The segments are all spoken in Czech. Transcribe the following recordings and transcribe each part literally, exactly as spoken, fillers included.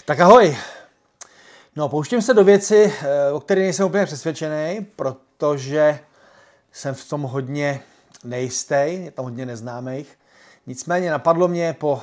Tak ahoj. No, pouštím se do věci, o které nejsem úplně přesvědčený, protože jsem v tom hodně nejistý, je tam hodně neznámých. Nicméně napadlo mě po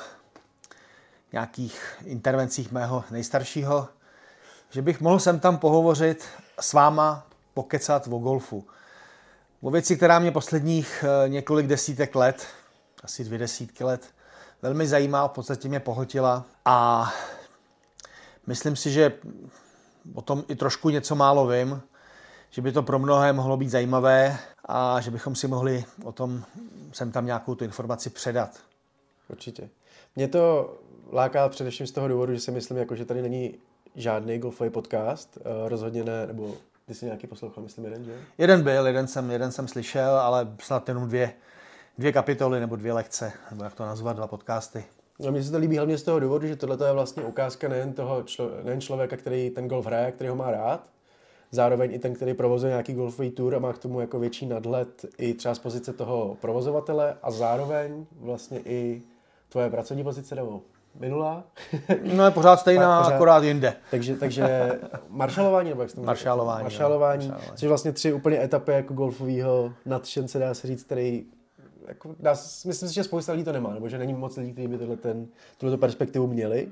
nějakých intervencích mého nejstaršího, že bych mohl sem tam pohovořit s váma, pokecat o golfu. O věci, která mě posledních několik desítek let, asi dvě desítky let, velmi zajímá, v podstatě mě pohltila a myslím si, že o tom i trošku něco málo vím, že by to pro mnohé mohlo být zajímavé a že bychom si mohli o tom sem tam nějakou tu informaci předat. Určitě. Mě to láká především z toho důvodu, že si myslím, jako, že tady není žádný golfový podcast, rozhodně ne, nebo ty jsi nějaký poslouchal, myslím jeden, že? Jeden byl, jeden jsem, jeden jsem slyšel, ale snad jenom dvě, dvě kapitoly nebo dvě lekce, nebo jak to nazvat, dva podcasty. No, mně se to líbí hlavně z toho důvodu, že tohle je vlastně ukázka nejen toho člo, nejen člověka, který ten golf hraje, který ho má rád, zároveň i ten, který provozuje nějaký golfový tour a má k tomu jako větší nadhled i třeba z pozice toho provozovatele a zároveň vlastně i tvoje pracovní pozice nebo minulá. No je pořád stejná, pořád, akorát jinde. Takže, takže maršalování, nebo jak se to Maršalování. Maršalování, což je vlastně tři úplně etapy jako golfového nadšence, dá se říct, který jako, dá, myslím si, že spousta lidí to nemá, nebo že není moc lidí, kteří by tohle ten, tuto perspektivu měli.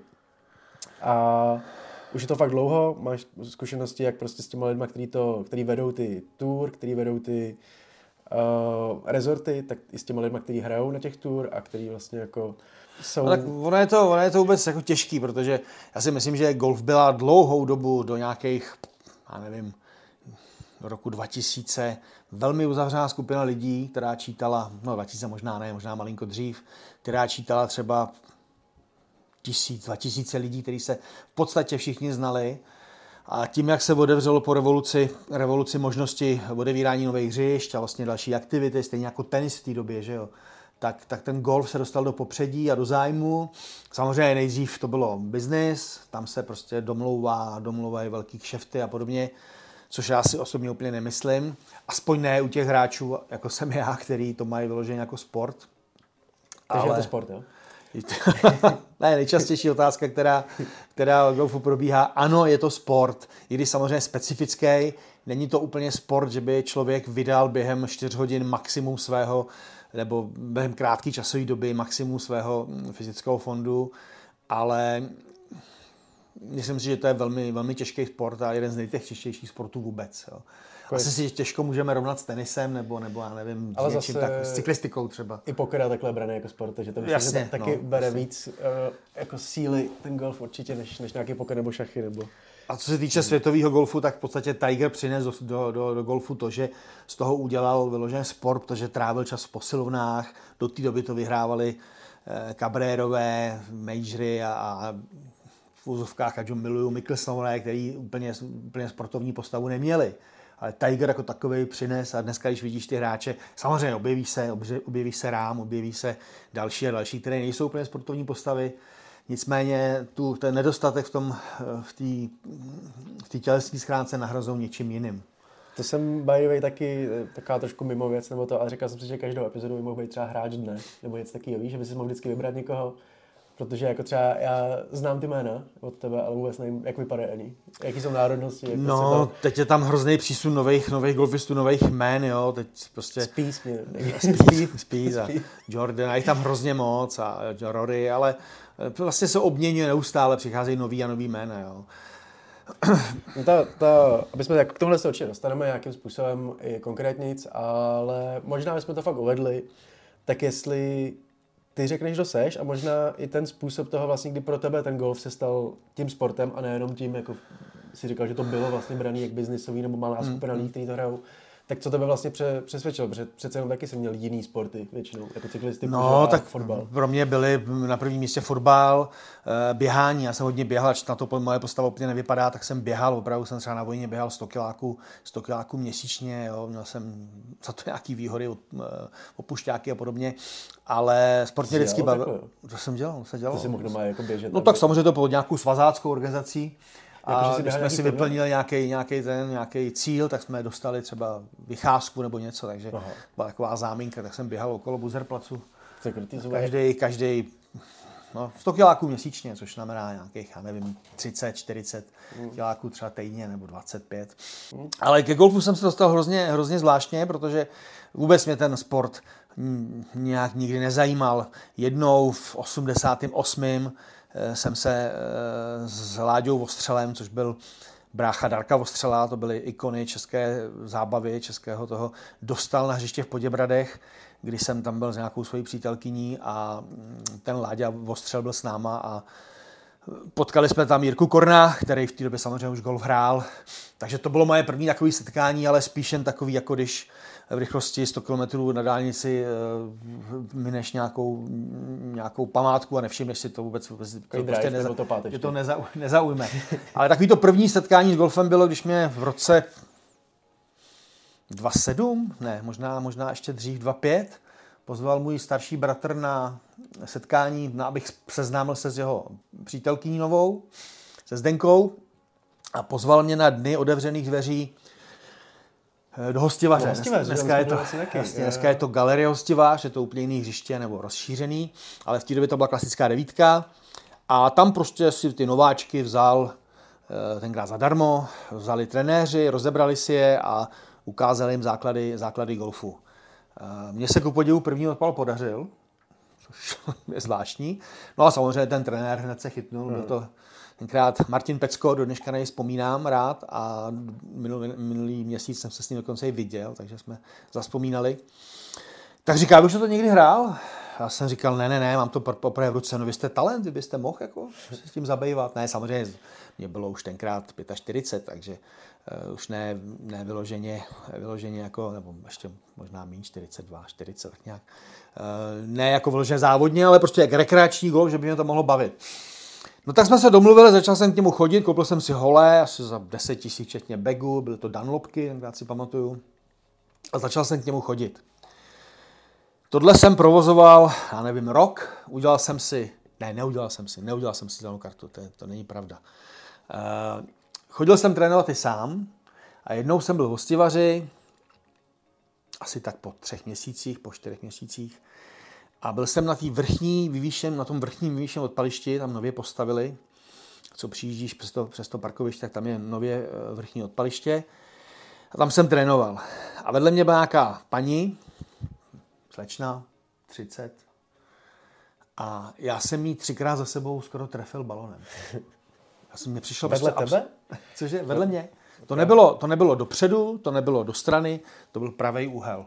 A už je to fakt dlouho, máš zkušenosti jak prostě s těma lidma, který, to, který vedou ty tour, který vedou ty uh, rezorty, tak i s těma lidma, kteří hrajou na těch tour a který vlastně jako jsou... No tak ono je, to, ono je to vůbec jako těžký, protože já si myslím, že golf byla dlouhou dobu do nějakých, já nevím, do roku dva tisíce velmi uzavřená skupina lidí, která čítala, no dva tisíce možná ne, možná malinko dřív, která čítala třeba tisíc, dva tisíce lidí, kteří se v podstatě všichni znali. A tím, jak se otevřelo po revoluci, revoluci možnosti otevírání nových hřišť a vlastně další aktivity, stejně jako tenis v té době, že jo, tak, tak ten golf se dostal do popředí a do zájmu. Samozřejmě nejdřív to bylo business, tam se prostě domlouvá, domlouvají velký kšefty a podobně, což já si osobně úplně nemyslím. Aspoň ne u těch hráčů, jako jsem já, který to mají vyloženě jako sport. Takže ale... je to sport, jo? Ne, nejčastější otázka, která, která v golfu probíhá, ano, je to sport, i když samozřejmě specifický, není to úplně sport, že by člověk vydal během čtyř hodin maximum svého, nebo během krátké časové doby maximum svého fyzického fondu, ale myslím si, že to je velmi, velmi těžký sport a jeden z nejtěžších sportů vůbec. Jo. Asi si těžko můžeme rovnat s tenisem, nebo, nebo já nevím, ale něčím tak, s cyklistikou třeba. I poker je takhle braný jako sport, že to myslím, jasně, že taky no, bere jasně. víc uh, jako síly ten golf určitě, než, než nějaký poker nebo šachy. Nebo... A co se týče hmm. světového golfu, tak v podstatě Tiger přines do, do, do, do golfu to, že z toho udělal vyložený sport, protože trávil čas v posilovnách, do té doby to vyhrávali eh, Cabrérové, majory a, a v úzovkách a John Miluju, Mickelsonové, který úplně, úplně sportovní postavu neměli. Ale Tiger jako takovej přines a dneska, když vidíš ty hráče, samozřejmě objeví se, objeví se Rám, objeví se další a další, které nejsou úplně sportovní postavy. Nicméně tu, ten nedostatek v tom, v té v té tělesní schránce nahrazují něčím jiným. To jsem by the way taky taková trošku mimo věc, nebo to, ale říkal jsem si, že každou epizodu by mohl být třeba hráč dne, nebo něco takového, víš, že by si mohl vždycky vybrat někoho, protože jako třeba já znám ty jména od tebe, ale vůbec nevím, jak vypadají ani. Jaký jsou národnosti. Jak no, to... teď je tam hrozný přísun nových, nových golfistů, nových jmén, jo, teď prostě... Spieth mě. Spieth, Spieth a Jordan, a jich tam hrozně moc a Rory, ale vlastně se obměňuje neustále, přicházejí nový a nový jména, jo. No ta, ta, aby jsme k tomuhle se určitě dostaneme nějakým způsobem i konkrétnic, ale možná bychom to fakt uvedli, tak jestli ty řekneš, kdo seš a možná i ten způsob toho vlastně, kdy pro tebe ten golf se stal tím sportem a nejenom tím, jako si říkal, že to bylo vlastně braný jak biznisový nebo malá skupina lidí, kteří to hrajou. Tak co tebe vlastně přesvědčilo? Protože přece jenom taky jsem měl jiný sporty většinou, jako cyklistiku no, a tak fotbal. Pro mě byly na prvním místě fotbal, běhání. Já jsem hodně běhal, ač na to moje postava úplně nevypadá, tak jsem běhal, opravdu jsem třeba na vojně běhal sto kiláků, sto kiláků měsíčně, jo. Měl jsem za to nějaký výhody, opušťáky a podobně, ale sport mě vždycky bavil. To jsem dělal, to dělal. To si mohl doma jako běžet. No tak samozřejmě to pod nějakou svazáckou organizací. A jako, když jsme si vyplnili nějaký, nějaký, ten, nějaký cíl, tak jsme dostali třeba vycházku nebo něco, takže Aha. byla taková záminka, tak jsem běhal okolo Buzerplacu. Každý, každý no, sto kiláků měsíčně, což znamená nějakých, já nevím, třicet, čtyřicet mm. kiláků třeba týdně nebo dvacet pět. Mm. Ale ke golfu jsem se dostal hrozně, hrozně zvláštně, protože vůbec mě ten sport nějak nikdy nezajímal. Jednou v osmdesátém osmém jsem se s Láďou Vostřelem, což byl brácha Darka Vostřela, to byly ikony české zábavy, českého toho, dostal na hřiště v Poděbradech, kdy jsem tam byl s nějakou svojí přítelkyní a ten Láďa Vostřel byl s náma a potkali jsme tam Jirku Korna, který v té době samozřejmě už golf hrál, takže to bylo moje první takové setkání, ale spíš jen takový, jako když v rychlosti sto kilometrů na dálnici mineš nějakou, nějakou památku a nevšimneš si to vůbec, vůbec to prostě neza, to, to nezau, nezaujme. Ale takový to první setkání s golfem bylo, když mě v roce dva tisíce sedm, ne, možná, možná ještě dřív dva tisíce pět, pozval můj starší bratr na setkání, na, abych seznámil se s jeho přítelkyní novou, se Zdenkou, a pozval mě na dny otevřených dveří do Hostivaře. Hostivaře dneska, je to, jasně, dneska je to Galerie Hostivař, je to úplně jiný hřiště nebo rozšířený, ale v té době to byla klasická devítka a tam prostě si ty nováčky vzal tenkrát zadarmo, vzali trenéři, rozebrali si je a ukázali jim základy, základy golfu. Mně se ku podivu první odpal podařil, což je zvláštní. No a samozřejmě ten trenér hned se chytnul, byl to tenkrát Martin Pecko, do dneška na něj vzpomínám rád a minulý, minulý měsíc jsem se s ním dokonce i viděl, takže jsme zavzpomínali. Tak říká, už to někdy hrál? Já jsem říkal, ne, ne, ne, mám to poprvé v ruce, no vy jste talent, vy byste mohl jako se s tím zabývat. Ne, samozřejmě, mě bylo už tenkrát čtyřicet pět, takže uh, už ne, ne vyloženě, vyloženě jako, nebo ještě možná méně čtyřicet dva, čtyřicet, tak nějak. Uh, ne jako vyloženě závodně, ale prostě jak rekreační golf, že by mě to mohlo bavit. No tak jsme se domluvili, začal jsem k němu chodit, koupil jsem si hole, asi za deset tisíc včetně bagu, byly to Dunlopky, tenkrát si pamatuju, a začal jsem k němu chodit. Tohle jsem provozoval, já nevím, rok, udělal jsem si, ne, neudělal jsem si, neudělal jsem si zelenou kartu, to, je, to není pravda. Uh, chodil jsem trénovat i sám a jednou jsem byl v Hostivaři, asi tak po třech měsících, po čtyřech měsících, a byl jsem na té vrchní vyvýšen, na tom vrchním vyvýšeném odpališti, tam nově postavili, co přijíždíš přes to, přes to parkoviště, tak tam je nově vrchní odpaliště. A tam jsem trénoval. A vedle mě byla nějaká paní, slečna, třicet. A já jsem jí třikrát za sebou skoro trefil balonem. Já jsem mě přišel... Vedle prostě tebe? Abs- Cože? Vedle mě. To nebylo, to nebylo dopředu, to nebylo do strany, to byl pravý úhel.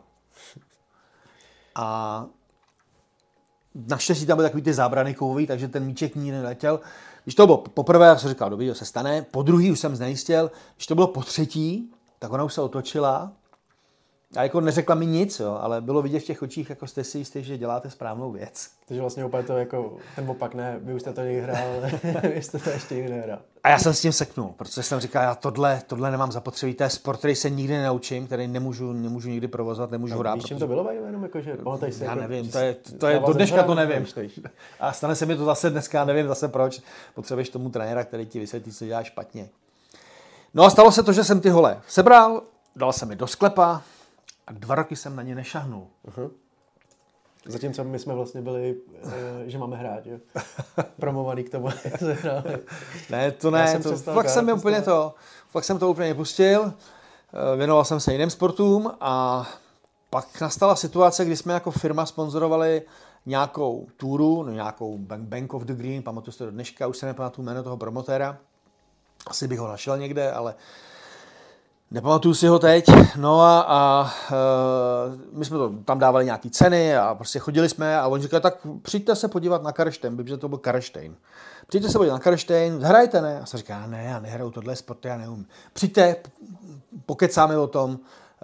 A naštěstí tam byly takový ty zábrany kovový, takže ten míček ní neletěl. Když to bylo poprvé, jak jsem říkal, dobrý, to se stane. Po druhý už jsem znejistil. Když to bylo po třetí, tak ona už se otočila a jako neřekla mi nic, jo, ale bylo vidět v těch očích, jako jste si jistý, že děláte správnou věc. Takže vlastně úplně to jako ten opak, ne, vy už jste to někdy hrál, ale vy jste to ještě nikdy nehrál. A já jsem s tím seknul, protože jsem říkal, já tohle, tohle nemám zapotřebí, to je sport, který se nikdy nenaučím, který nemůžu, nemůžu nikdy provozovat, nemůžu hrát. Víš, čím to bylo, jenom jako, že pamatuješ si? Já jako, nevím, to je, to je do dneška to nevím. A stane se mi to zase dneska, nevím zase proč. Potřebuješ tomu trenéra, který ti vysvětlí, co děláš špatně. No a stalo se to, že jsem ty hole sebral, dal jsem je do sklepa a dva roky jsem na ně nešahnul. Uh-huh. Zatímco my jsme vlastně byli, že máme hrát, jo? Promovaný k tomu, že hráli. Ne, to ne, jsem to, fakt jsem úplně to, fakt jsem to úplně pustil, věnoval jsem se jiným sportům a pak nastala situace, kdy jsme jako firma sponzorovali nějakou túru, no nějakou Bank of the Green, pamatuju si to do dneška, už se nepamatuju jméno toho promotéra, asi bych ho našel někde, ale nepamatuju si ho teď. No a, a e, my jsme to tam dávali nějaký ceny a prostě chodili jsme a on říkal, tak přijďte se podívat na Karlštejn, protože to byl Karlštejn. Přijďte se podívat na Karlštejn, hrajte, ne? A jsem říkal, ne, já nehraju, tohle je sport, já neumím. Přijďte, pokecáme o tom,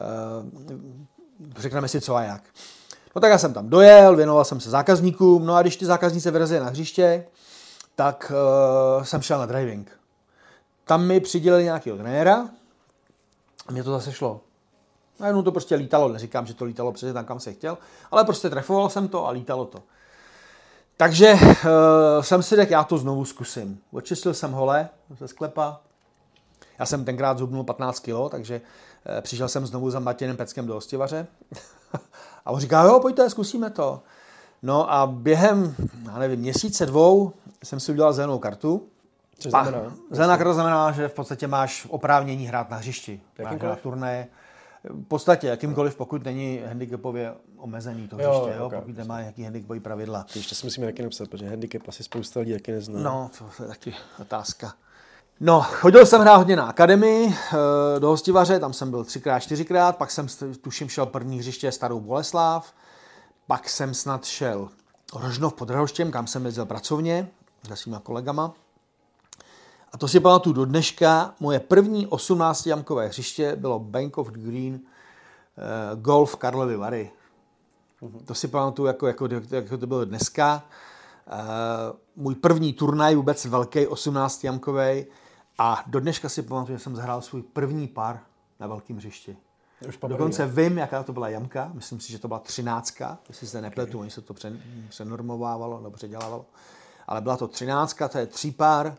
e, řekneme si co a jak. No tak já jsem tam dojel, věnoval jsem se zákazníkům, no a když ty zákazníci vyrazili na hřiště, tak e, jsem šel na driving. Tam mi přidělili nějakého trenéra, a mě to zase šlo. Najednou to prostě lítalo, neříkám, že to lítalo přesně tam, kam se chtěl, ale prostě trefoval jsem to a lítalo to. Takže uh, jsem si řekl, já to znovu zkusím. Očistil jsem hole ze sklepa. Já jsem tenkrát zhubnul patnáct kilo, takže uh, přišel jsem znovu za Martinem Peckem do Hostivaře. A on říká, jo, pojďte, zkusíme to. No a během, já nevím, měsíce, dvou jsem si udělal zelenou kartu. Co znamená? Zelená karta znamená, že v podstatě máš oprávnění hrát na hřišti. Máš hrát turnaje. V podstatě jakýmkoliv, pokud není handicapově omezený to hřiště, jo, jo, okay, pokud nemá nějaký handicapový pravidla. Ještě si musíme taky napsat, protože handicap asi spousta lidí taky nezná. No, to je taky otázka. No, chodil jsem hrát hodně na akademii do Hostivaře, tam jsem byl třikrát, čtyřikrát, pak jsem tuším šel první hřiště Starou Boleslav, pak jsem snad šel Rožnov pod Drahoštěm, kam jsem jezdil pracovně se svýma kolegama. A to si pamatuju do dneška. Moje první osmnáctiamkové hřiště bylo Bank of Green uh, Golf Karlovy Vary. Mm-hmm. To si pamatuju, jako, jako, jako to bylo dneska. Uh, můj první turnaj, vůbec velký osmnáctiamkový. A do dneška si pamatuju, že jsem zahrál svůj první par na velkém hřišti. Dokonce vím, jaká to byla jamka. Myslím si, že to byla třináctka. Jestli se nepletu, okay. Oni se to přenormovávalo nebo předělávalo. Ale byla to třináctka, to je tří pár.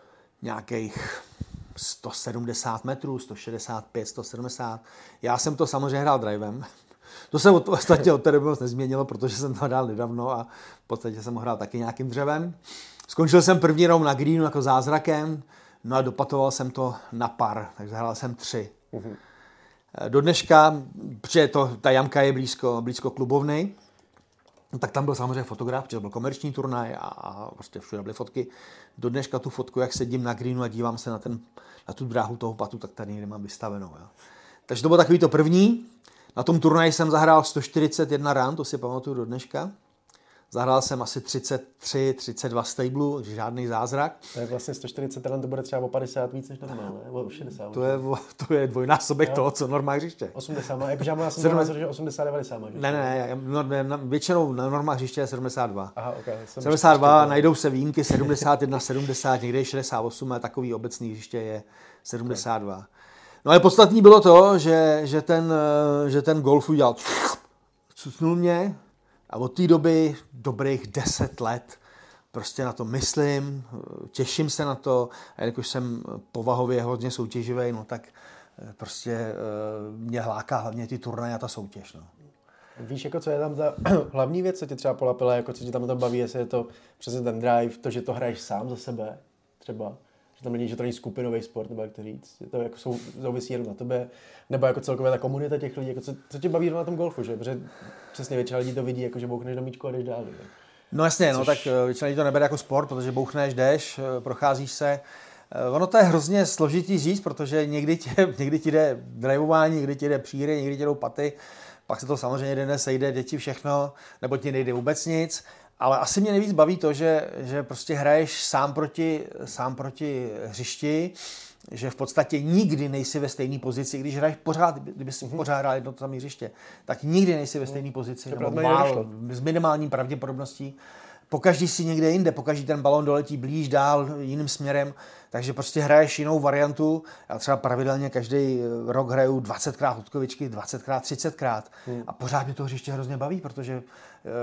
Nějakých sto sedmdesát metrů, sto šedesát pět, sto sedmdesát. Já jsem to samozřejmě hrál drivem. To se od, ostatně od té doby moc nezměnilo, protože jsem to hrál nedávno a v podstatě jsem ho hrál taky nějakým dřevem. Skončil jsem první round na greenu jako zázrakem, no a dopatoval jsem to na par, takže hrál jsem tři. Uh-huh. Do dneška, protože to, ta jamka je blízko, blízko klubovny, no, tak tam byl samozřejmě fotograf, protože to byl komerční turnaj a, a prostě všude byly fotky. Do dneška tu fotku, jak sedím na greenu a dívám se na, ten, na tu dráhu toho patu, tak tady někde mám vystavenou. Jo. Takže to bylo takový to první. Na tom turnaji jsem zahrál sto čtyřicet jedna run, to si pamatuju do dneška. Zahrál jsem asi třicet tři, třicet dva stablu, takže žádný zázrak. To je vlastně sto čtyřicet run, to bude třeba o padesát víc než normálně, nebo o šedesát. To je, to je dvojnásobek jo. Toho, co normální hřiště. osmdesát má, jakože já jsem sedmdesát, že osmdesát devadesát má. Ne, ne, ne, většinou na normální hřiště je sedmdesát dva. Aha, okay. sedmdesát dva, najdou se výjimky, sedmdesát jedna, sedmdesát, někde je šedesát osm, a takový obecný hřiště je sedmdesát dva. Okay. No ale podstatný bylo to, že, že, ten, že ten golf udělal cucnul mě a od té doby dobrých deset let prostě na to myslím, těším se na to a jakož jsem povahově hodně soutěživý, no tak prostě mě hláká hlavně ty turnaje a ta soutěž. No. Víš, jako co je tam ta hlavní věc, co tě třeba polapila, jako co tě tam to baví, jestli je to přesně ten drive, to, že to hraješ sám za sebe třeba, že tam není, že to není skupinový sport, nebo jak to říct, je to jako sou, souvisí jenom na tebe, nebo jako celkově ta komunita těch lidí, jako co, co tě baví na tom golfu, že? Protože přesně většina lidí to vidí, jako že bouchneš do míčku a jdeš dál. Ne? No jasně, Což... no tak většina lidí to nebere jako sport, protože bouchneš, jdeš, procházíš se. Ono to je hrozně složitý říct, protože někdy, tě, někdy ti jde drivování, někdy ti jde příry, někdy ti jdou paty, pak se to samozřejmě jeden sejde, děti všechno, nebo ti nejde vůbec nic. Ale asi mě nejvíc baví to, že, že prostě hraješ sám proti, sám proti hřišti, že v podstatě nikdy nejsi ve stejné pozici, když hraješ pořád, kdyby si mm-hmm. pořád hrál jedno to samé hřiště, tak nikdy nejsi ve stejné pozici, nebo málo, s minimální pravděpodobností. Pokaždý si někde jinde, pokaždý ten balón doletí blíž, dál, jiným směrem, takže prostě hraješ jinou variantu. Já třeba pravidelně každý rok hraju dvacetkrát hodkovičky, dvacetkrát, třicetkrát hmm. a pořád mě to hřiště hrozně baví, protože e,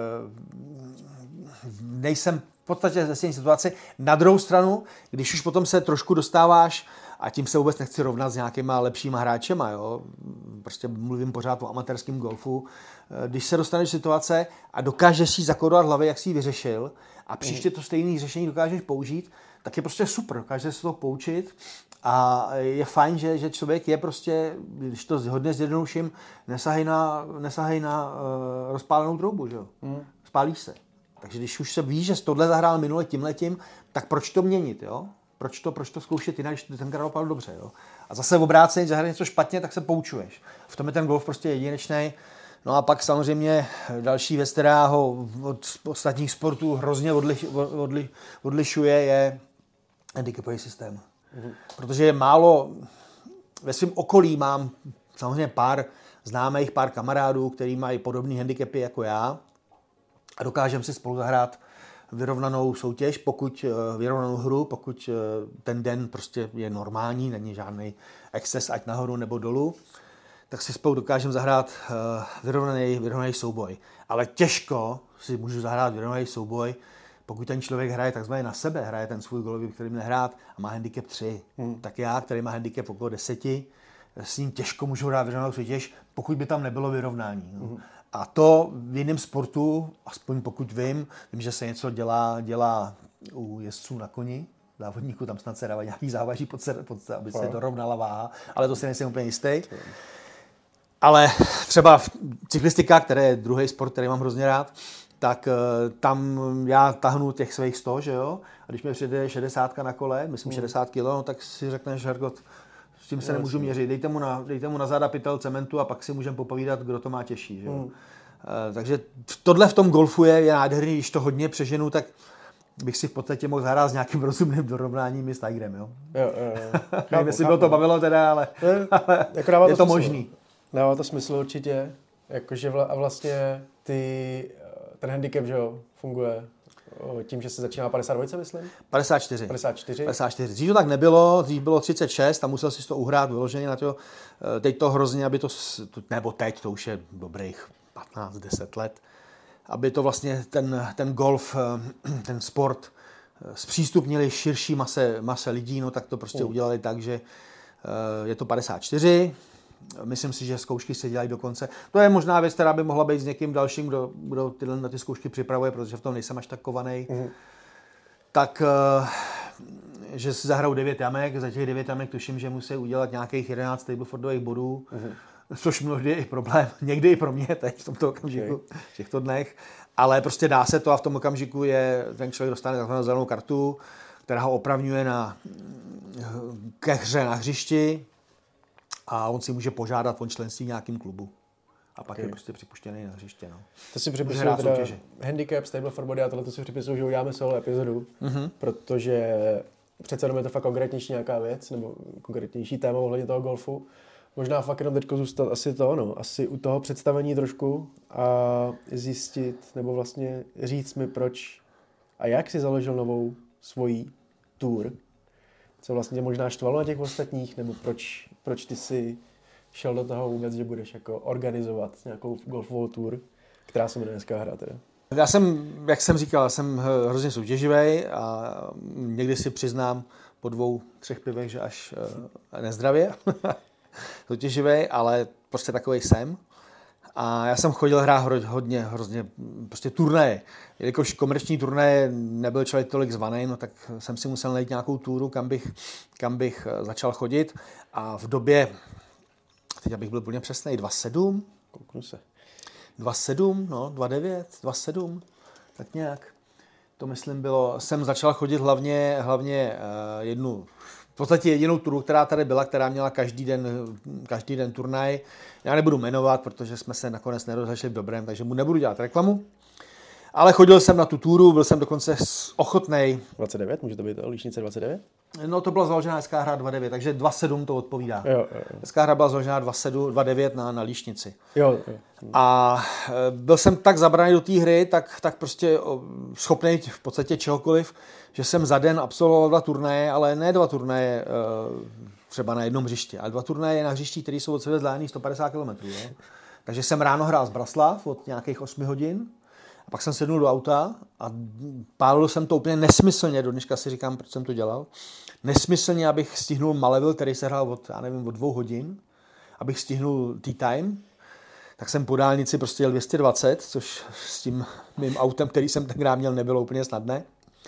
nejsem v podstatě ve stejné situaci. Na druhou stranu, když už potom se trošku dostáváš, a tím se vůbec nechci rovnat s nějakýma lepšíma hráčema, jo? Prostě mluvím pořád o amatérském golfu. Když se dostaneš do situace a dokážeš si zakodovat hlavy, jak jsi ji vyřešil a příště to stejné řešení dokážeš použít, tak je prostě super, dokážeš se to poučit a je fajn, že, že člověk je prostě, když to hodně zjednoduším, nesahej na, nesahej na uh, rozpálenou troubu, že jo? Mm. Spálíš se. Takže když už se víš, že jsi tohle zahrál minule tímhletím, tak proč to měnit, jo? Proč to, proč to zkoušet jinak, když tenkrát dopadl dobře, jo? A zase v obráceně, když zahraješ něco špatně, tak se poučuješ. V tom je ten golf prostě jedinečný. No a pak samozřejmě další věc, která ho od ostatních sportů hrozně odliš, odli, odlišuje, je handicapový systém. Mm-hmm. Protože je málo, ve svém okolí mám samozřejmě pár známých, pár kamarádů, kteří mají podobné handicapy jako já a dokážeme si spolu zahrát vyrovnanou soutěž, pokud vyrovnanou hru, pokud ten den prostě je normální, není žádný exces, ať nahoru nebo dolů, tak si spolu dokážeme zahrát vyrovnaný, vyrovnaný souboj. Ale těžko si můžu zahrát vyrovnaný souboj, pokud ten člověk hraje takzvaně na sebe, hraje ten svůj golový, kterým nehrát a má handicap tři. Hmm. Tak já, který má handicap okolo deseti, s ním těžko můžu hrát vyrovnanou soutěž, pokud by tam nebylo vyrovnání. No. Hmm. A to v jiném sportu, aspoň pokud vím, vím, že se něco dělá, dělá u jezdců na koni, závodníků, tam snad se dávají nějaký závaží, pod se, pod, aby se dorovnala váha, ale to si nejsem úplně jistý. Ale třeba cyklistika, která je druhý sport, který mám hrozně rád, tak tam já tahnu těch svých sto, že jo? A když mi přijde šedesátka na kole, myslím šedesát kilo, no, tak si řekneš, Hergot, s tím se no, nemůžu měřit. Dejte mu na, dejte mu na záda pytel cementu a pak si můžeme popovídat, kdo to má těžší, že jo? Mm. Takže tohle v tom golfu je, je nádherný, když to hodně přeženu, tak bych si v podstatě mohl zahrát s nějakým rozumným dorovnáním s Tigerem, jo? Jo, jo, jo. Nevím, jestli bylo to bavilo teda, ale, ale jako je to, to možný. Dává to smysl určitě, jakože vla, a vlastně ty, ten handicap, že jo, funguje tím, že se začíná padesát dva, myslím? padesát čtyři. padesát čtyři. padesát čtyři. Dřív to tak nebylo, dřív bylo třicet šest a musel si to uhrát vyloženě na to. Teď to hrozně, aby to, nebo teď, to už je dobrých patnáct deset let, aby to vlastně ten, ten golf, ten sport zpřístupnili širší mase, mase lidí, no tak to prostě uh. udělali tak, že je to padesát čtyři. Myslím si, že zkoušky se dělají dokonce. To je možná věc, která by mohla být s někým dalším, kdo, kdo tyhle na ty zkoušky připravuje, protože v tom nejsem až tak kovanej. Mm. Tak, že si zahrajou devět jamek, za těch devět jamek tuším, že musí udělat nějakých jedenáct Stablefordových bodů, mm. což mnohdy je i problém, někdy i pro mě teď v tomto okamžiku, okay. v těchto dnech. Ale prostě dá se to a v tom okamžiku je, ten člověk dostane takzvanou zelenou kartu, která ho opravňuje na, ke hře na hřišti. A on si může požádat o členství v nějakým klubu. A pak okay. je prostě připuštěný na hřiště. No. To si připisuju teda handicap, Stableford body a tohle to si připisuju, že uděláme solo epizodu, mm-hmm. protože přece jenom je to fakt konkrétnější nějaká věc, nebo konkrétnější téma ohledně toho golfu. Možná fakt jenom teďko zůstat asi to, no, asi u toho představení trošku a zjistit, nebo vlastně říct mi proč a jak si založil novou svoji tour. Co vlastně možná štvalo na těch ostatních, nebo proč, proč ty si šel do toho vůbec, že budeš jako organizovat nějakou golfovou tour, která se jmenuje dneska hra teda. Já jsem, jak jsem říkal, jsem hrozně soutěživý a někdy si přiznám po dvou, třech pivech, že až nezdravě soutěživý, ale prostě takovej jsem. A já jsem chodil hrát hodně, hrozně prostě turnaje. Jelikož komerční turnaje nebyl člověk tolik zvaný, no tak jsem si musel najít nějakou túru, kam bych, kam bych začal chodit. A v době, teď abych byl úplně přesnej, dva sedm, kouknu se. dva sedm, no, dva devět, dva sedm, tak nějak. To myslím bylo, jsem začal chodit hlavně, hlavně uh, jednu, v podstatě jedinou turu, která tady byla, která měla každý den, každý den turnaj. Já nebudu jmenovat, protože jsme se nakonec nerozešli v dobrém, takže mu nebudu dělat reklamu. Ale chodil jsem na tu túru, byl jsem dokonce ochotnej. dvacet devět, může to být to, Líšnice dvacet devět? No to byla založená hezká hra dva devět, takže dva sedm to odpovídá. Jo, jo, jo. Hezká hra byla založená dva devět na, na Líšnici. Jo, jo. A byl jsem tak zabraný do té hry, tak, tak prostě schopný v podstatě čehokoliv, že jsem za den absolvoval dva turnaje, ale ne dva turnaje třeba na jednom hřišti, ale dva turnaje na hřišti, které jsou od sebe vzdálený sto padesát kilometrů. Takže jsem ráno hrál z Braslav od nějakých osmi hodin, a pak jsem sednul do auta a pálil jsem to úplně nesmyslně, do dneška si říkám, proč jsem to dělal, nesmyslně, abych stihnul Maleville, který se hrál od, já nevím, od dvou hodin, abych stihnul tea time, tak jsem po dálnici prostě jel dvě stě dvacet, což s tím mým autem, který jsem tenkrát měl, nebylo úplně snadné.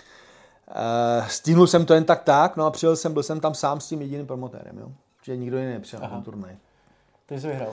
Uh, stihnul jsem to jen tak tak, no a přijel jsem, byl jsem tam sám s tím jediným promotérem, jo, že nikdo jiný nepřijel na turnaj. Ty jsi vyhrál.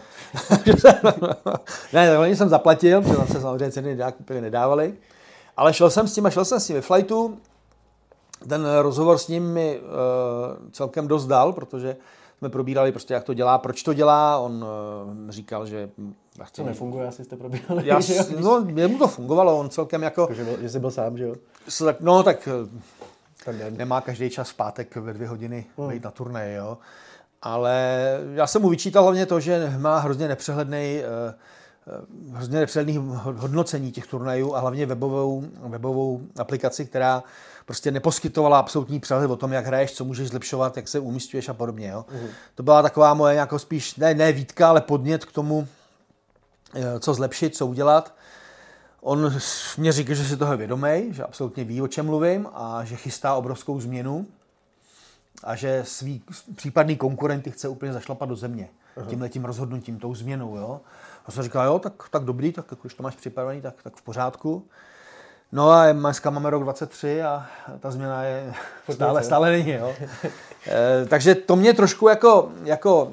Ne, takhle jsem zaplatil, protože tam se samozřejmě ceny nějak úplně nedávaly, ale šel jsem s tím a šel jsem s tím ve flightu. Ten rozhovor s ním mi uh, celkem dost dal, protože jsme probírali prostě, jak to dělá, proč to dělá. On uh, říkal, že... To nefunguje, asi jste probírali. Já, no, jemu to fungovalo, on celkem jako... Že, byl, že jsi byl sám, že jo? No, tak nemá každý čas v pátek ve dvě hodiny hmm. být na turnaji, jo. Ale já jsem mu vyčítal hlavně to, že má hrozně nepřehledný, uh, hrozně nepřehledný hodnocení těch turnajů a hlavně webovou, webovou aplikaci, která prostě neposkytovala absolutní přehled o tom, jak hraješ, co můžeš zlepšovat, jak se umísťuješ a podobně. Jo. Uh-huh. To byla taková moje nějakou spíš, ne, ne výtka, ale podnět k tomu, co zlepšit, co udělat. On mě říkal, že si toho je vědomý, že absolutně ví, o čem mluvím a že chystá obrovskou změnu. a že svý případný konkurenty chce úplně zašlapat do země. Tímhletím rozhodnutím, tou změnou. Jo? A jsem říkal, jo, tak, tak dobrý, tak když to máš připravený, tak, tak v pořádku. No a dneska máme rok dvacet tři a ta změna je stále, stále není. Jo? e, takže to mě trošku jako, jako,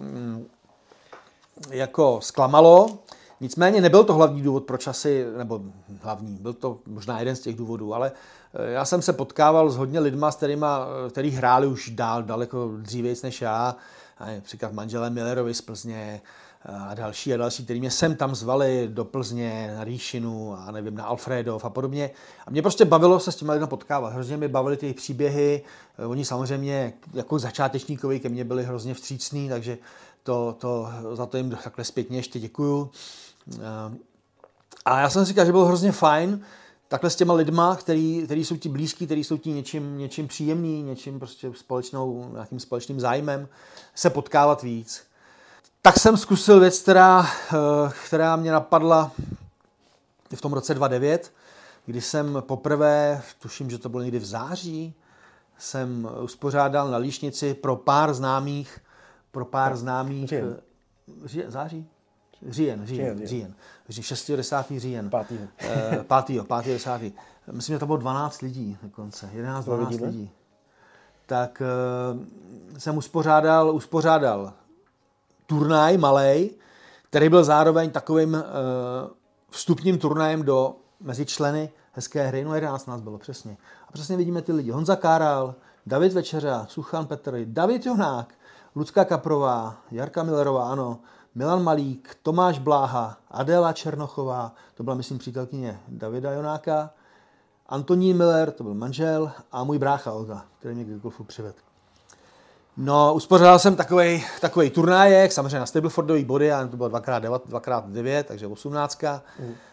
jako zklamalo. Nicméně nebyl to hlavní důvod, proč asi, nebo hlavní, byl to možná jeden z těch důvodů, ale já jsem se potkával s hodně lidma, s kterýma, který hráli už dál, daleko dřívějc než já, například manželé Millerovi z Plzně a další a další, který mě sem tam zvali do Plzně, na Rýšinu a nevím, na Alfredov a podobně. A mě prostě bavilo se s těmi lidmi potkávat. Hrozně mi bavily ty příběhy. Oni samozřejmě jako začátečníkovi ke mně byli hrozně vstřícní, takže to, to, za to jim takhle zpětně ještě děkuju. A já jsem si říkal, že bylo hrozně fajn takhle s těma lidma, který, který jsou ti blízký, který jsou ti něčím, něčím příjemný, něčím prostě společnou, nějakým společným zájmem, se potkávat víc. Tak jsem zkusil věc, která, která mě napadla v tom roce dva tisíce devět, kdy jsem poprvé, tuším, že to bylo někdy v září, jsem uspořádal na Líšnici pro pár známých, pro pár známých... Říjen. Září? Říjen, říjen, říjen. šestého desátého říjen. Pátýho. Pátýho, pátýho, desátého. Myslím, že to bylo dvanáct lidí dokonce, jedenáct dvanáct lidí. Tak uh, jsem uspořádal, uspořádal turnaj malej, který byl zároveň takovým uh, vstupním turnajem do mezi členy hezké hry. No jedenáct nás bylo, přesně. A přesně vidíme ty lidi. Honza Káral, David Večeřa, Suchan Petr, David Jonák, Lucka Kaprová, Jarka Millerová, ano, Milan Malík, Tomáš Bláha, Adéla Černochová, to byla, myslím, přítelkyně Davida Jonáka, Antonín Miller, to byl manžel, a můj brácha Olga, který mě k golfu přivedl. No, uspořádal jsem takovej, takovej turnájek, samozřejmě na Stablefordový body, a to bylo dva krát devět, takže osmnáctka. Mm. Uh,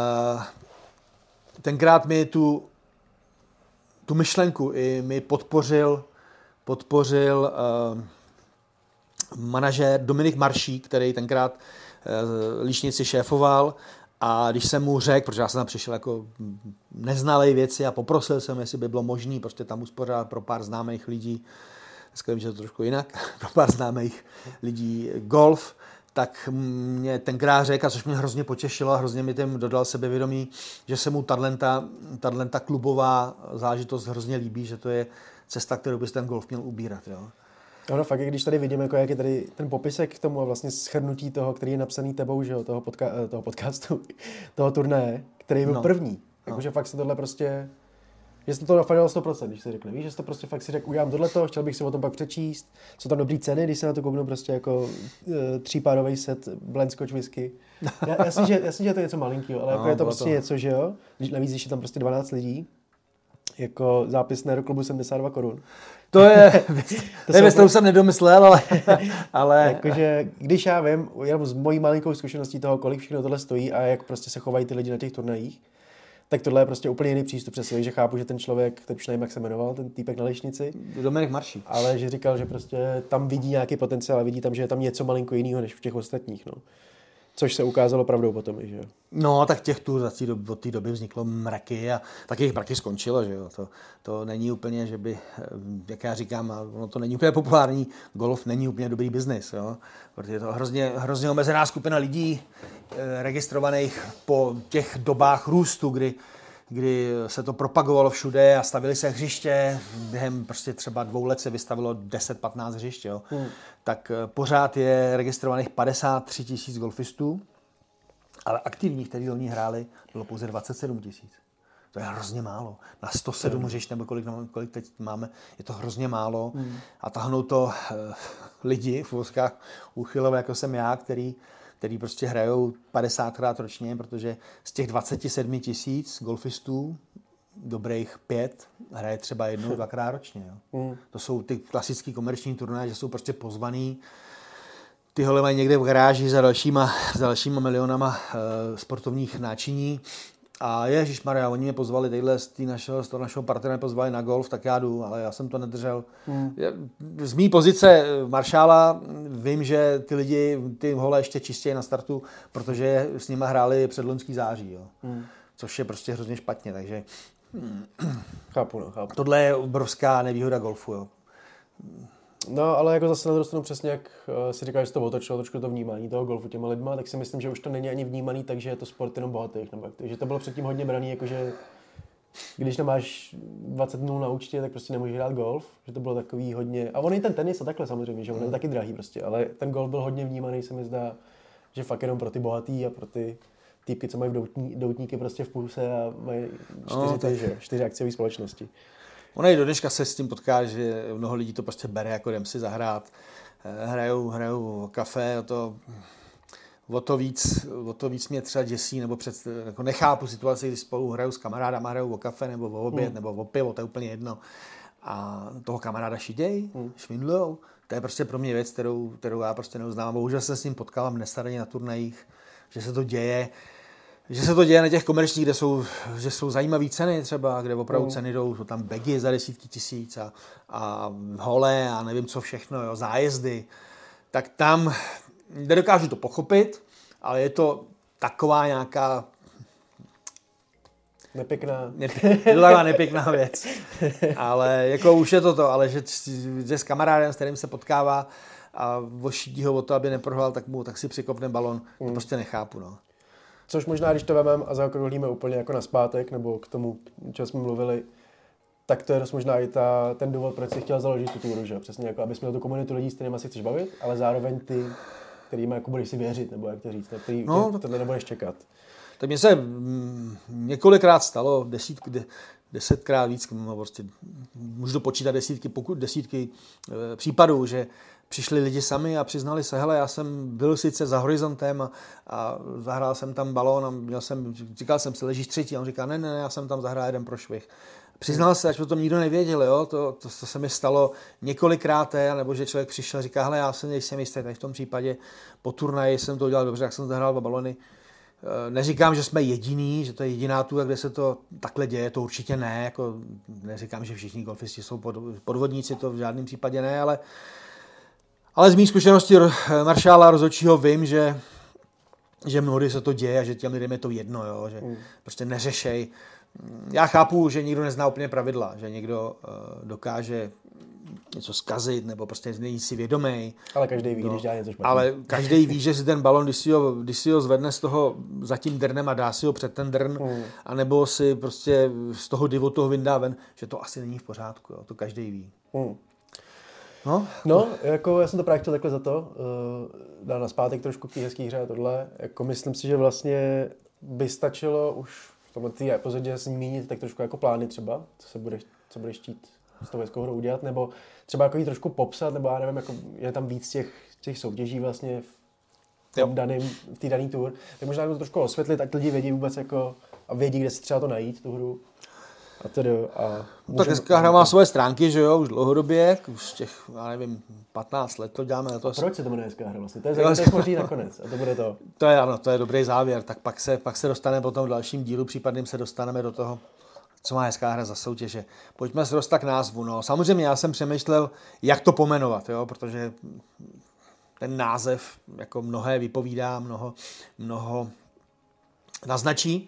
tenkrát mi tu, tu myšlenku i mi podpořil, podpořil uh, manažer Dominik Maršík, který tenkrát uh, Líšnici šéfoval, a když jsem mu řekl, protože já jsem tam přišel jako neznalej věci a poprosil jsem, jestli by bylo možné prostě tam uspořádat pro pár známých lidí, dneska vím, že to trošku jinak, pro pár známých lidí golf, tak mě tenkrát řekl, což mě hrozně potěšilo a hrozně mi tím dodal sebevědomí, že se mu tato klubová zážitost hrozně líbí, že to je cesta, kterou by ten golf měl ubírat. Jo. Ono fakt, když tady vidíme, jako jak je tady ten popisek k tomu a vlastně shrnutí toho, který je napsaný tebou, že jo, toho, podca- toho podcastu, toho turnaje, který byl no. první. Jakože no. fakt se tohle prostě, že jsi to napadalo sto procent, když si řekli, víš, že jsi to prostě fakt si řekl, udělám tohleto, chtěl bych si o tom pak přečíst, jsou tam dobrý ceny, když se na to kouknu prostě jako uh, třípárový set blend scotch whisky. Já, jasně, že, jasně, že je to něco malinkýho, ale no, jako je to prostě to. něco, že jo, navíc, když je tam prostě dvanáct lidí, jako zápis na Aeroklubu sedmdesát dva korun. To je, to je věc, kterou jsem nedomyslel, ale... ale... Jakože, když já vím, jenom z mojí malinkou zkušeností toho, kolik všechno tohle stojí a jak prostě se chovají ty lidi na těch turnajích, tak tohle je prostě úplně jiný přístup přes že chápu, že ten člověk, teď už nevím, jak se jmenoval, ten týpek na Líšnici. Dominik Maršík. Ale že říkal, že prostě tam vidí nějaký potenciál a vidí tam, že je tam něco malinko jiného než v těch ostatních, no. Což se ukázalo pravdou potom, že jo. No, tak těch tu od té doby vzniklo mraky a taky jich mraky skončilo, že jo. To, to není úplně, že by, jak já říkám, ono to není úplně populární, golf není úplně dobrý biznis, jo. Protože je to hrozně, hrozně omezená skupina lidí eh, registrovaných po těch dobách růstu, kdy, kdy se to propagovalo všude a stavili se hřiště, během prostě třeba dvou let se vystavilo deset patnáct hřiště, jo. Hmm. Tak pořád je registrovaných padesát tři tisíc golfistů, ale aktivních, kteří do ní hráli, bylo pouze dvacet sedm tisíc. To je hrozně málo. Na sto sedm hřišť, nebo kolik, kolik teď máme, je to hrozně málo. Hmm. A tahnou to uh, lidi v uvozkách úchylové, jako jsem já, který, který prostě hrajou padesátkrát ročně, protože z těch dvacet sedm tisíc golfistů dobrých pět hraje třeba jednou, dvakrát ročně. Jo. Mm. To jsou ty klasické komerční turnaje, že jsou prostě pozvaný. Ty hole mají někde v garáži za dalšíma, za dalšíma milionama uh, sportovních náčiní. A ježišmarja, oni mě pozvali tadyhle z, našeho, z toho našeho partnera pozvali na golf, tak já jdu, ale já jsem to nedržel. Mm. Z mý pozice maršála vím, že ty lidi ty hole ještě čistějí na startu, protože s nima hráli předloňský září. Jo. Mm. Což je prostě hrozně špatně, takže chápu, no, chápu. Tohle je obrovská nevýhoda golfu. Jo. No, ale jako zase na druhou stranu přesně, jak uh, si říkal, že to otočilo trošku to vnímání toho golfu těma lidma, tak si myslím, že už to není ani vnímaný, takže je to sport jenom bohatých. Nebo takže to bylo předtím hodně braný, jakože když nemáš dvacet dnů na účtě, tak prostě nemůžeš hrát golf, že to bylo takový hodně, a on i ten tenis a takhle samozřejmě, že on je taky drahý prostě, ale ten golf byl hodně vnímaný, se mi zdá, že fakt jenom pro ty bohatý a pro ty týpky, co mají v doutní, doutníky prostě v půlce a mají čtyři, no, ty, že, čtyři akciové společnosti. Ono i do dneška se s tím potká, že mnoho lidí to prostě bere, jako jdem si zahrát, hrajou, hrajou kafe, o to, o to víc, o to víc mě třeba děsí, nebo před, jako nechápu situaci, když spolu hrajou s kamarádama, hrajou o kafe, nebo o oběd, hmm. nebo o pivo, to je úplně jedno. A toho kamaráda šiděj, hmm. švindlujou. To je prostě pro mě věc, kterou, kterou já prostě neuznávám. Bohužel se s ním potkávám nestaranně na turnajích, že se to děje. Že se to děje na těch komerčních, kde jsou, že jsou zajímavé ceny třeba, kde opravdu ceny jdou, jsou tam bagy za desítky tisíc a, a hole a nevím co všechno, jo, zájezdy. Tak tam nedokážu to pochopit, ale je to taková nějaká nepěkná, nepěkná, taková nepěkná věc. Ale jako už je to to, ale že, že s kamarádem, s kterým se potkává a vošidí ho o to, aby neprohrál, tak mu tak si přikopne balon, to mm. prostě nechápu, no. Což možná, když to vememe a zaokrouhlíme úplně jako naspátek, nebo k tomu, o čem jsme mluvili, tak to je dost možná i ta, ten důvod, proč si chtěl založit tu túru, že? Přesně jako, abys měl tu komunitu lidí, s kterými si chceš bavit, ale zároveň ty, kterým jako budeš si věřit, nebo jak to říct, na který no, tohle nebudeš čekat. Tak mně se m, několikrát stalo, desítky, de, desetkrát víc, no, prostě, můžu to počítat desítky, pokud desítky e, případů, že přišli lidi sami a přiznali se, hele, já jsem byl sice za horizontem a, a zahrál jsem tam balón a měl jsem, říkal jsem si, ležíš třetí, a on říká, ne, ne, ne, já jsem tam zahrál jeden prošvih. Přiznal se, až o tom nikdo nevěděl, jo? To, to, to se mi stalo několikrát, nebo že člověk přišel a říká, hele, já se nejsem jistý, tak v tom případě po turnaji jsem to udělal dobře, jak jsem zahrál dva balony. Neříkám, že jsme jediný, že to je jediná túra, kde se to takhle děje, to určitě ne, jako neříkám, že všichni golfisti jsou podvodníci, to v žádném případě ne, ale Ale z mých zkušeností maršála rozhodčího vím, že, že mnohdy se to děje a že těm lidem je to jedno, jo? Že mm. prostě neřešej. Já chápu, že nikdo nezná úplně pravidla, že někdo uh, dokáže něco zkazit nebo prostě není si vědomý. Ale každý ví, no, když dělá něco špatně. Ale každý ví, že si ten balon, když si, ho, když si ho zvedne z toho za tím drnem a dá si ho před ten drn, mm. anebo si prostě z toho divu toho vyndá ven, že to asi není v pořádku, jo? To každý ví. Mm. No, no, jako já jsem to právě chtěl takhle za to, uh, dál nazpátek trošku k té hezký hře a tohle, jako myslím si, že vlastně by stačilo už v tomhle té epizodě zmínit tak trošku jako plány třeba, co se budeš, co budeš chtít s tou hezkou hrou udělat, nebo třeba jako jí trošku popsat, nebo já nevím, jako je tam víc těch, těch soutěží vlastně v té daném, v té daný tour, tak možná to trošku osvětlit, ať lidi vědí vůbec jako a vědí, kde si třeba to najít, tu hru. A tedy, a no, tak hezká hra má svoje stránky, že jo, už dlouhodobě, už těch, já nevím, patnáct let to děláme letos. A proč se to jmenuje hezká hra vlastně? To je zajímavé nakonec a to bude to. To je, ano, to je dobrý závěr, tak pak se, pak se dostaneme potom v dalším dílu, případným se dostaneme do toho, co má hezká hra za soutěže. Pojďme se dostat k názvu, no. Samozřejmě já jsem přemýšlel, jak to pomenovat, jo, protože ten název jako mnohé vypovídá, mnoho, mnoho naznačí.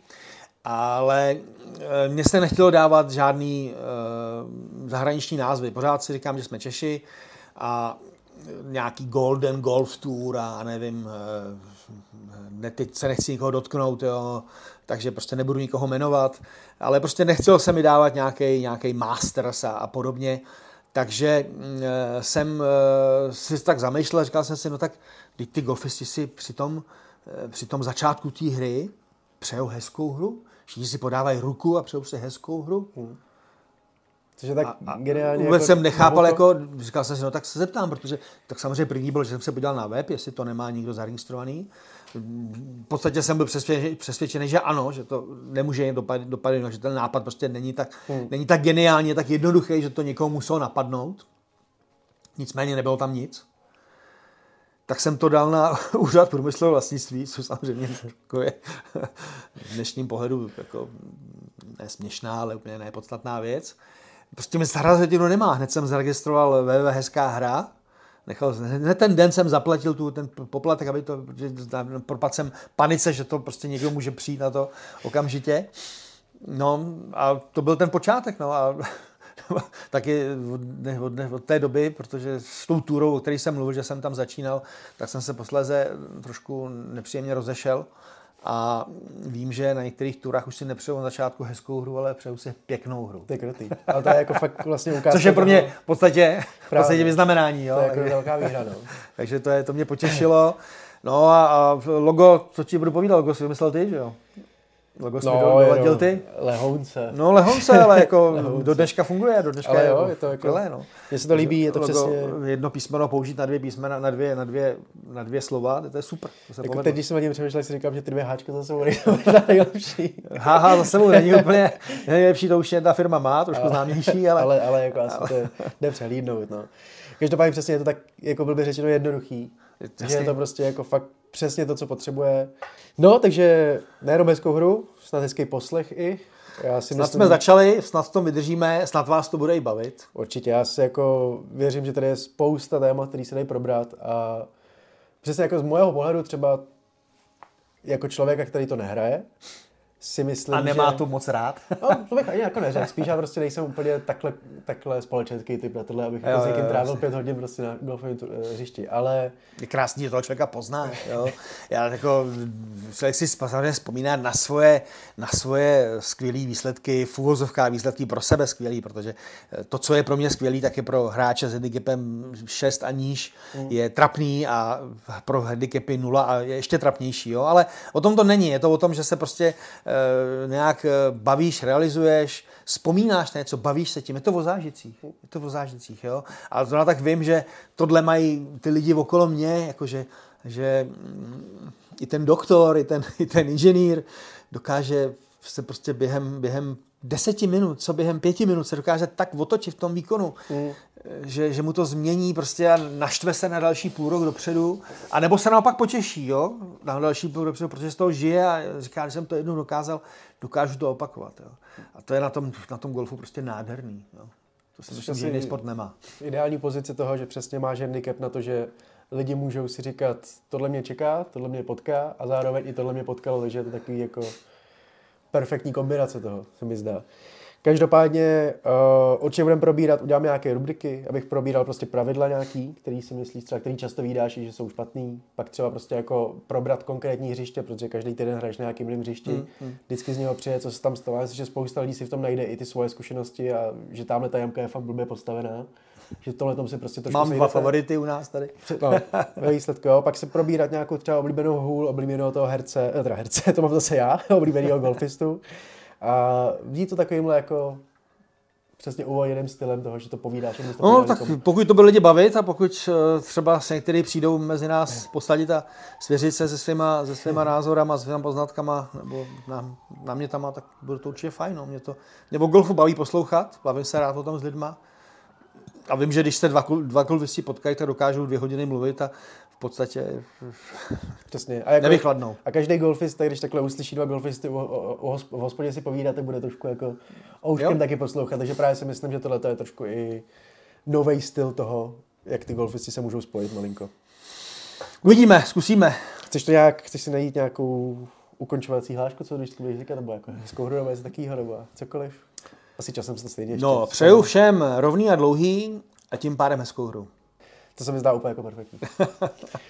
Ale mně se nechtělo dávat žádný uh, zahraniční názvy. Pořád si říkám, že jsme Češi a nějaký Golden Golf Tour a nevím, uh, ne, teď se nechci nikoho dotknout, jo, takže prostě nebudu nikoho jmenovat, ale prostě nechtělo se mi dávat nějaký, nějaký Masters a, a podobně, takže uh, jsem uh, si tak zamýšlel, říkal jsem si, no tak teď ty golfisti si při tom, uh, při tom začátku té hry přejou hezkou hru, všichni si podávají ruku a přejou si hezkou hru. Hmm. Což je tak a, a geniálně. Vůbec jako jsem nechápal, jako, říkal jsem si, no tak se zeptám, protože tak samozřejmě první byl, že jsem se podíval na web, jestli to nemá nikdo zaregistrovaný. V podstatě jsem byl přesvědčený, přesvědčený že ano, že to nemůže jen dopadnout, dopadnout, že ten nápad prostě není tak, hmm. není tak geniální, tak jednoduchý, že to někomu muselo napadnout. Nicméně nebylo tam nic. Tak jsem to dal na úřad průmyslového vlastnictví, což samozřejmě jako je v dnešním pohledu jako nesměšná, ale úplně nepodstatná věc. Prostě mi zarazitinu nemá. Hned jsem zaregistroval w w w tečka hezká hra. Nechal, hned ten den jsem zaplatil tu, ten poplatek, aby to, propadl jsem panice, že to prostě někdo může přijít na to okamžitě. No a to byl ten počátek. No a taky od, od, od té doby, protože s tou túrou, o které jsem mluvil, že jsem tam začínal, tak jsem se posléze trošku nepříjemně rozešel. A vím, že na některých turách už si nepřeju na začátku hezkou hru, ale přeju si pěknou hru. To je krutý. Ale to je jako fakt vlastně ukázka. Což je pro mě v podstatě, v podstatě vyznamenání. Jo? To je jako velká výhra. No. Takže to, je, to mě potěšilo. No a, a logo, co ti budu povídat, logo si vymyslel ty, že jo? Logo jsi no, mi doladil ty? Lehounce. No lehounce, ale jako lehounce. Do dneška funguje, do dneška ale je, jo, je to jako, skvělé, no. Mně se to líbí, je to logo, přesně... Jedno písmeno použít na dvě písmena, na dvě, na dvě, na dvě slova, to je super. To se jako povedlo. teď, když jsem o tím přemýšlel, si říkám, že ty dvě háčka za sebou nejsou možná nejlepší. Háha, za sebou není úplně nejlepší, to už jedna firma má, trošku známější, ale... ale, ale jako asi to jde přehlídnout, no. Každopádně přesně je to tak, jako byl by řečeno, jednoduchý. Jasně. Že je to prostě jako fakt přesně to, co potřebuje. No, takže nejenom hezkou hru, snad hezký poslech i. Já si snad myslím, jsme začali, snad to vydržíme, snad vás to bude i bavit. Určitě, já si jako věřím, že tady je spousta témat, který se dají probrat a přesně jako z mého pohledu třeba jako člověka, který to nehraje, si myslím, a nemá že... to moc rád. No, to bych ani jako neřekl, spíš já prostě nejsem úplně takhle, takhle společenský typ na tohle, abych jo, jako s někým jo, trávil jasně. pět hodin prostě na golfovém hřišti, ale... Je krásný, že toho člověka poznáš, jo. Já jako, člověk si samozřejmě vzpomíná na svoje, na svoje skvělé výsledky, v úvozovkách výsledky pro sebe skvělý, protože to, co je pro mě skvělý, tak je pro hráče s handicapem šest a níž, mm. je trapný a pro handicapy nula a je ještě trapnější, jo. Ale o tom to není, je to o tom, že se prostě nějak bavíš, realizuješ, vzpomínáš na něco, bavíš se tím, je to o zážitcích, je to o zážitcích, jo. A zrovna tak vím, že tohle mají ty lidi okolo mě, jakože, že i ten doktor, i ten, i ten inženýr dokáže se prostě během, během deseti minut, co během pěti minut se dokáže tak otočit v tom výkonu, mm. že, že mu to změní prostě a naštve se na další půl rok dopředu, a nebo se naopak potěší, jo, na další půl rok dopředu, protože z toho žije a říká, že jsem to jednou dokázal, dokážu to opakovat, jo. A to je na tom, na tom golfu prostě nádherný, jo. To si myslím, že jiný sport nemá. Ideální pozice toho, že přesně máš handicap na to, že lidi můžou si říkat, tohle mě čeká, tohle mě potká a zároveň i tohle mě potkalo, takže je to takový jako perfektní kombinace toho, se mi zdá. Každopádně uh, určitě budeme probírat, uděláme nějaké rubriky, abych probíral prostě pravidla nějaký, který si myslíš třeba, který často vídáš, že jsou špatný, pak třeba prostě jako probrat konkrétní hřiště, protože každý týden hraješ na nějakým jiném hřišti, mm, mm. vždycky z něho přijde, co se tam stalo. Myslím, že spousta lidí si v tom najde i ty svoje zkušenosti a že tamhle ta jamka je fakt blbě postavená. Že v tomhle tom si prostě trošku Mám dva favority u nás tady. No, ve výsledku, jo. Pak se probírat nějakou třeba oblíbenou hůl, oblíbeného toho herce, teda herce, to mám zase já, oblíbeného golfistu. A vidí to takovýmhle jako přesně uvolněným stylem toho, že to povídáš. To no, tak někomu. Pokud to bude lidi bavit a pokud třeba se některý přijdou mezi nás posadit a svěřit se se svýma, se svýma názorama, svýma poznatkama nebo na, námětama, tak bude to určitě fajn. No. Mě to, mě o golfu baví poslouchat, bavím se rád o tom s lidma. A vím, že když se dva, dva golfisti potkají, tak dokážou dvě hodiny mluvit a v podstatě přesně. A jako, nevychladnou. A každý golfista, když takhle uslyší dva golfisty o, o, o, o hospodě si povídat, tak bude trošku jako ouškem taky poslouchat. Takže právě si myslím, že tohle je trošku i nový styl toho, jak ty golfisti se můžou spojit malinko. Uvidíme, zkusíme. Chceš to nějak, chceš si najít nějakou ukončovací hlášku, co když to budeš říkat, nebo jako hezkou hru, nebo něco takového, nebo cokoliv? Asi časem se to stejně ještě. No, přeju všem rovný a dlouhý a tím pádem hezkou hru. To se mi zdá úplně jako perfektní.